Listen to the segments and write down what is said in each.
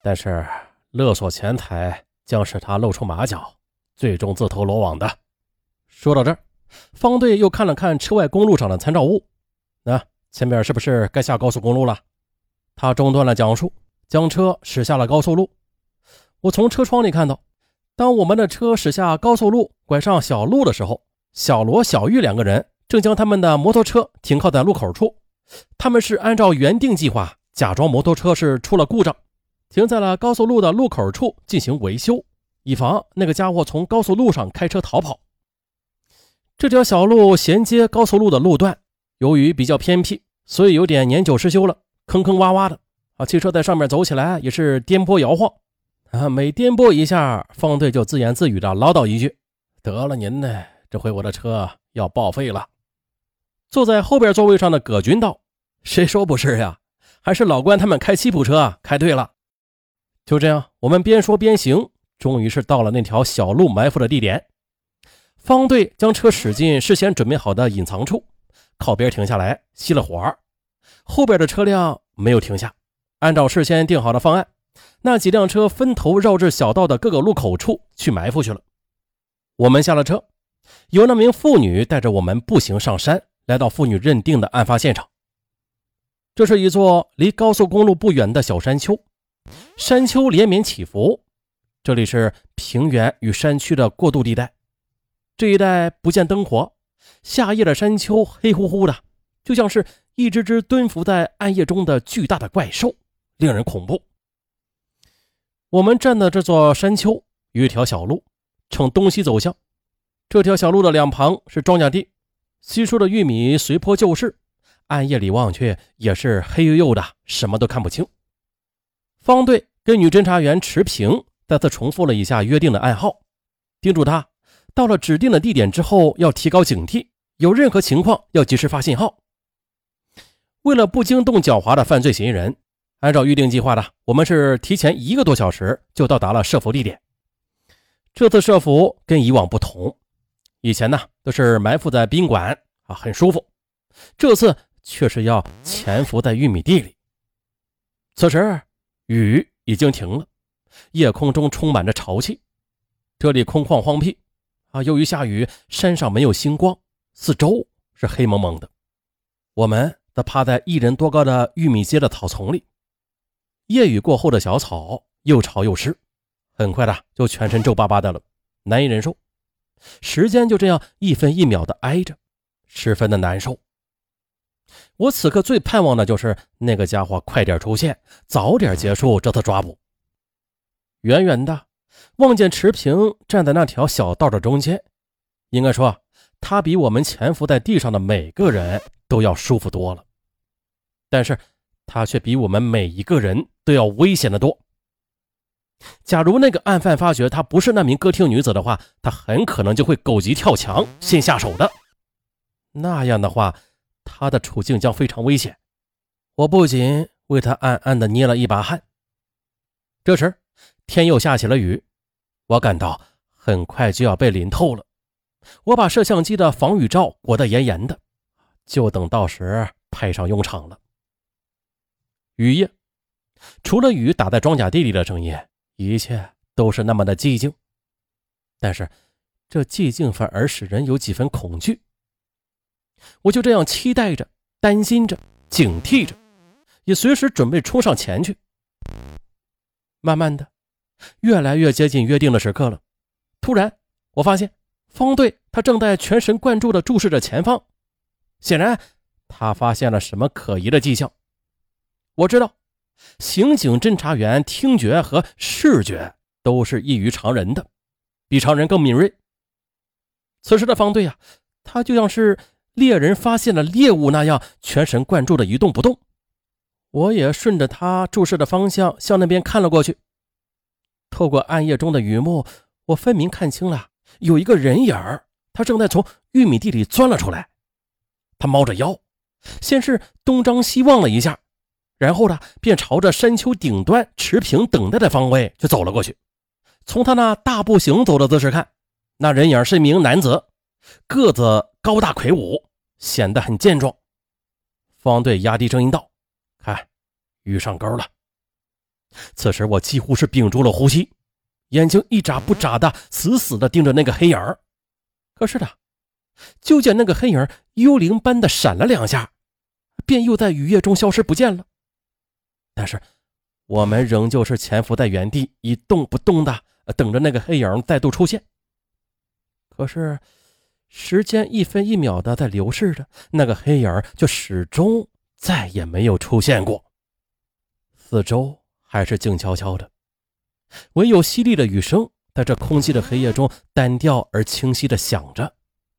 但是勒索钱财将使他露出马脚，最终自投罗网的。说到这儿，方队又看了看车外公路上的参照物，前面是不是该下高速公路了？他中断了讲述，将车驶下了高速路。我从车窗里看到，当我们的车驶下高速路拐上小路的时候，小罗、小玉两个人正将他们的摩托车停靠在路口处。他们是按照原定计划，假装摩托车是出了故障，停在了高速路的路口处进行维修，以防那个家伙从高速路上开车逃跑。这条小路衔接高速路的路段由于比较偏僻，所以有点年久失修了，坑坑洼洼的汽车在上面走起来也是颠簸摇晃每颠簸一下，方队就自言自语的唠叨一句：得了您呢，这回我的车要报废了。坐在后边座位上的葛军道：谁说不是呀，还是老关他们开吉普车开对了。就这样，我们边说边行，终于是到了那条小路埋伏的地点。方队将车驶进事先准备好的隐藏处，靠边停下来熄了火。后边的车辆没有停下，按照事先定好的方案，那几辆车分头绕至小道的各个路口处去埋伏去了。我们下了车，由那名妇女带着我们步行上山，来到妇女认定的案发现场。这是一座离高速公路不远的小山丘，山丘连绵起伏，这里是平原与山区的过渡地带。这一带不见灯火，夏夜的山丘黑乎乎的，就像是一只只蹲伏在暗夜中的巨大的怪兽，令人恐怖。我们站的这座山丘有一条小路，呈东西走向。这条小路的两旁是庄稼地，稀疏的玉米随坡就势，暗夜里望去也是黑黝黝的，什么都看不清。方队跟女侦查员持平再次重复了一下约定的暗号，叮嘱他到了指定的地点之后要提高警惕，有任何情况要及时发信号。为了不惊动狡猾的犯罪嫌疑人，按照预定计划的，我们是提前1个多小时就到达了设伏地点。这次设伏跟以往不同，以前都是埋伏在宾馆很舒服，这次却是要潜伏在玉米地里。此时雨已经停了，夜空中充满着潮气，这里空旷荒僻由于下雨，山上没有星光，四周是黑蒙蒙的。我们则趴在1人多高的玉米街的草丛里，夜雨过后的小草又潮又湿，很快的就全身皱巴巴的了，难以忍受。时间就这样一分一秒的挨着，十分的难受。我此刻最盼望的就是那个家伙快点出现，早点结束这次抓捕。远远的望见持平站在那条小道的中间，应该说他比我们潜伏在地上的每个人都要舒服多了，但是他却比我们每一个人都要危险得多。假如那个案犯发觉他不是那名歌厅女子的话，他很可能就会狗急跳墙先下手的，那样的话他的处境将非常危险。我不仅为他暗暗地捏了一把汗。这时天又下起了雨，我感到很快就要被淋透了。我把摄像机的防雨罩裹得严严的，就等到时派上用场了。雨夜，除了雨打在庄稼地里的声音，一切都是那么的寂静。但是这寂静反而使人有几分恐惧。我就这样期待着，担心着，警惕着，也随时准备冲上前去。慢慢的，越来越接近约定的时刻了。突然我发现方队他正在全神贯注地注视着前方，显然他发现了什么可疑的迹象。我知道刑警侦查员听觉和视觉都是异于常人的，比常人更敏锐。此时的方队他就像是猎人发现了猎物那样，全神贯注的一动不动。我也顺着他注视的方向向那边看了过去。透过暗夜中的雨幕，我分明看清了有一个人影儿，他正在从玉米地里钻了出来。他猫着腰，先是东张西望了一下，然后便朝着山丘顶端持平等待的方位就走了过去。从他那大步行走的姿势看，那人影是一名男子，个子高大魁梧，显得很健壮。方队压低声音道：看，遇上钩了。 此时我几乎是屏住了呼吸，眼睛一眨不眨的死死的盯着那个黑影儿。可是的，就见那个黑影幽灵般的闪了2下，便又在雨夜中消失不见了。但是我们仍旧是潜伏在原地一动不动的等着那个黑影再度出现。可是时间1分1秒的在流逝着，那个黑影却始终再也没有出现过。四周还是静悄悄的，唯有淅沥的雨声在这空寂的黑夜中单调而清晰的响着。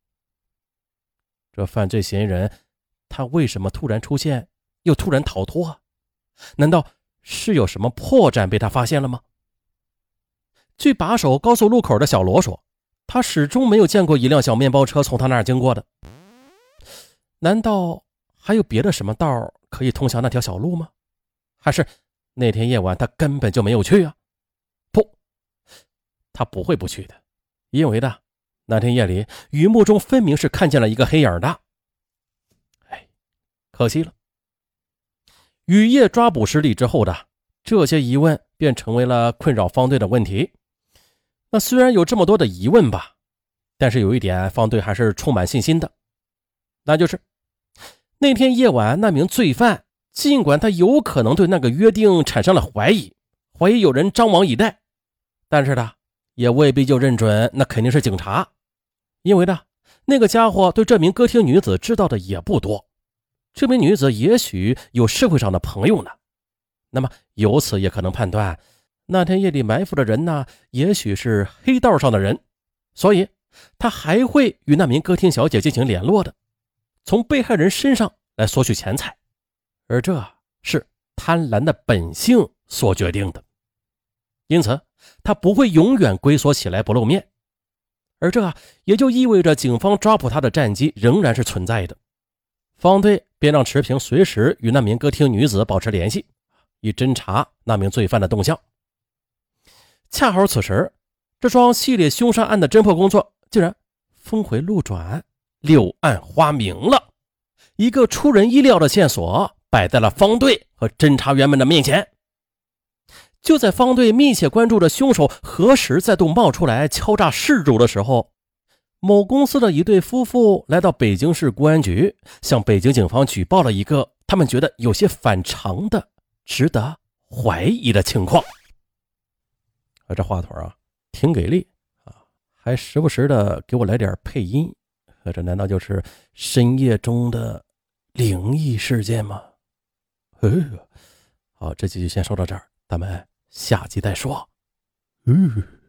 这犯罪嫌疑人他为什么突然出现又突然逃脱啊？难道是有什么破绽被他发现了吗？据把守高速路口的小罗说，他始终没有见过一辆小面包车从他那儿经过的。难道还有别的什么道可以通向那条小路吗？还是那天夜晚他根本就没有去啊？不，他不会不去的，因为的那天夜里雨幕中分明是看见了一个黑影的。可惜了。雨夜抓捕失利之后的这些疑问便成为了困扰方队的问题。那虽然有这么多的疑问吧，但是有一点方队还是充满信心的，那就是那天夜晚那名罪犯，尽管他有可能对那个约定产生了怀疑有人张网以待，但是呢也未必就认准那肯定是警察，因为呢那个家伙对这名歌厅女子知道的也不多，这名女子也许有社会上的朋友呢，那么由此也可能判断那天夜里埋伏的人呢也许是黑道上的人，所以他还会与那名歌厅小姐进行联络的，从被害人身上来索取钱财，而这是贪婪的本性所决定的，因此他不会永远龟缩起来不露面，而这也就意味着警方抓捕他的战机仍然是存在的。方队便让池平随时与那名歌厅女子保持联系，以侦查那名罪犯的动向。恰好此时，这桩系列凶杀案的侦破工作竟然峰回路转，柳暗花明了。一个出人意料的线索摆在了方队和侦查员们的面前。就在方队密切关注着凶手何时再度冒出来敲诈事主的时候，某公司的一对夫妇来到北京市公安局，向北京警方举报了一个他们觉得有些反常的、值得怀疑的情况。这话筒啊挺给力啊，还时不时的给我来点配音，这难道就是深夜中的灵异事件吗？好，这集就先说到这儿，咱们下集再说。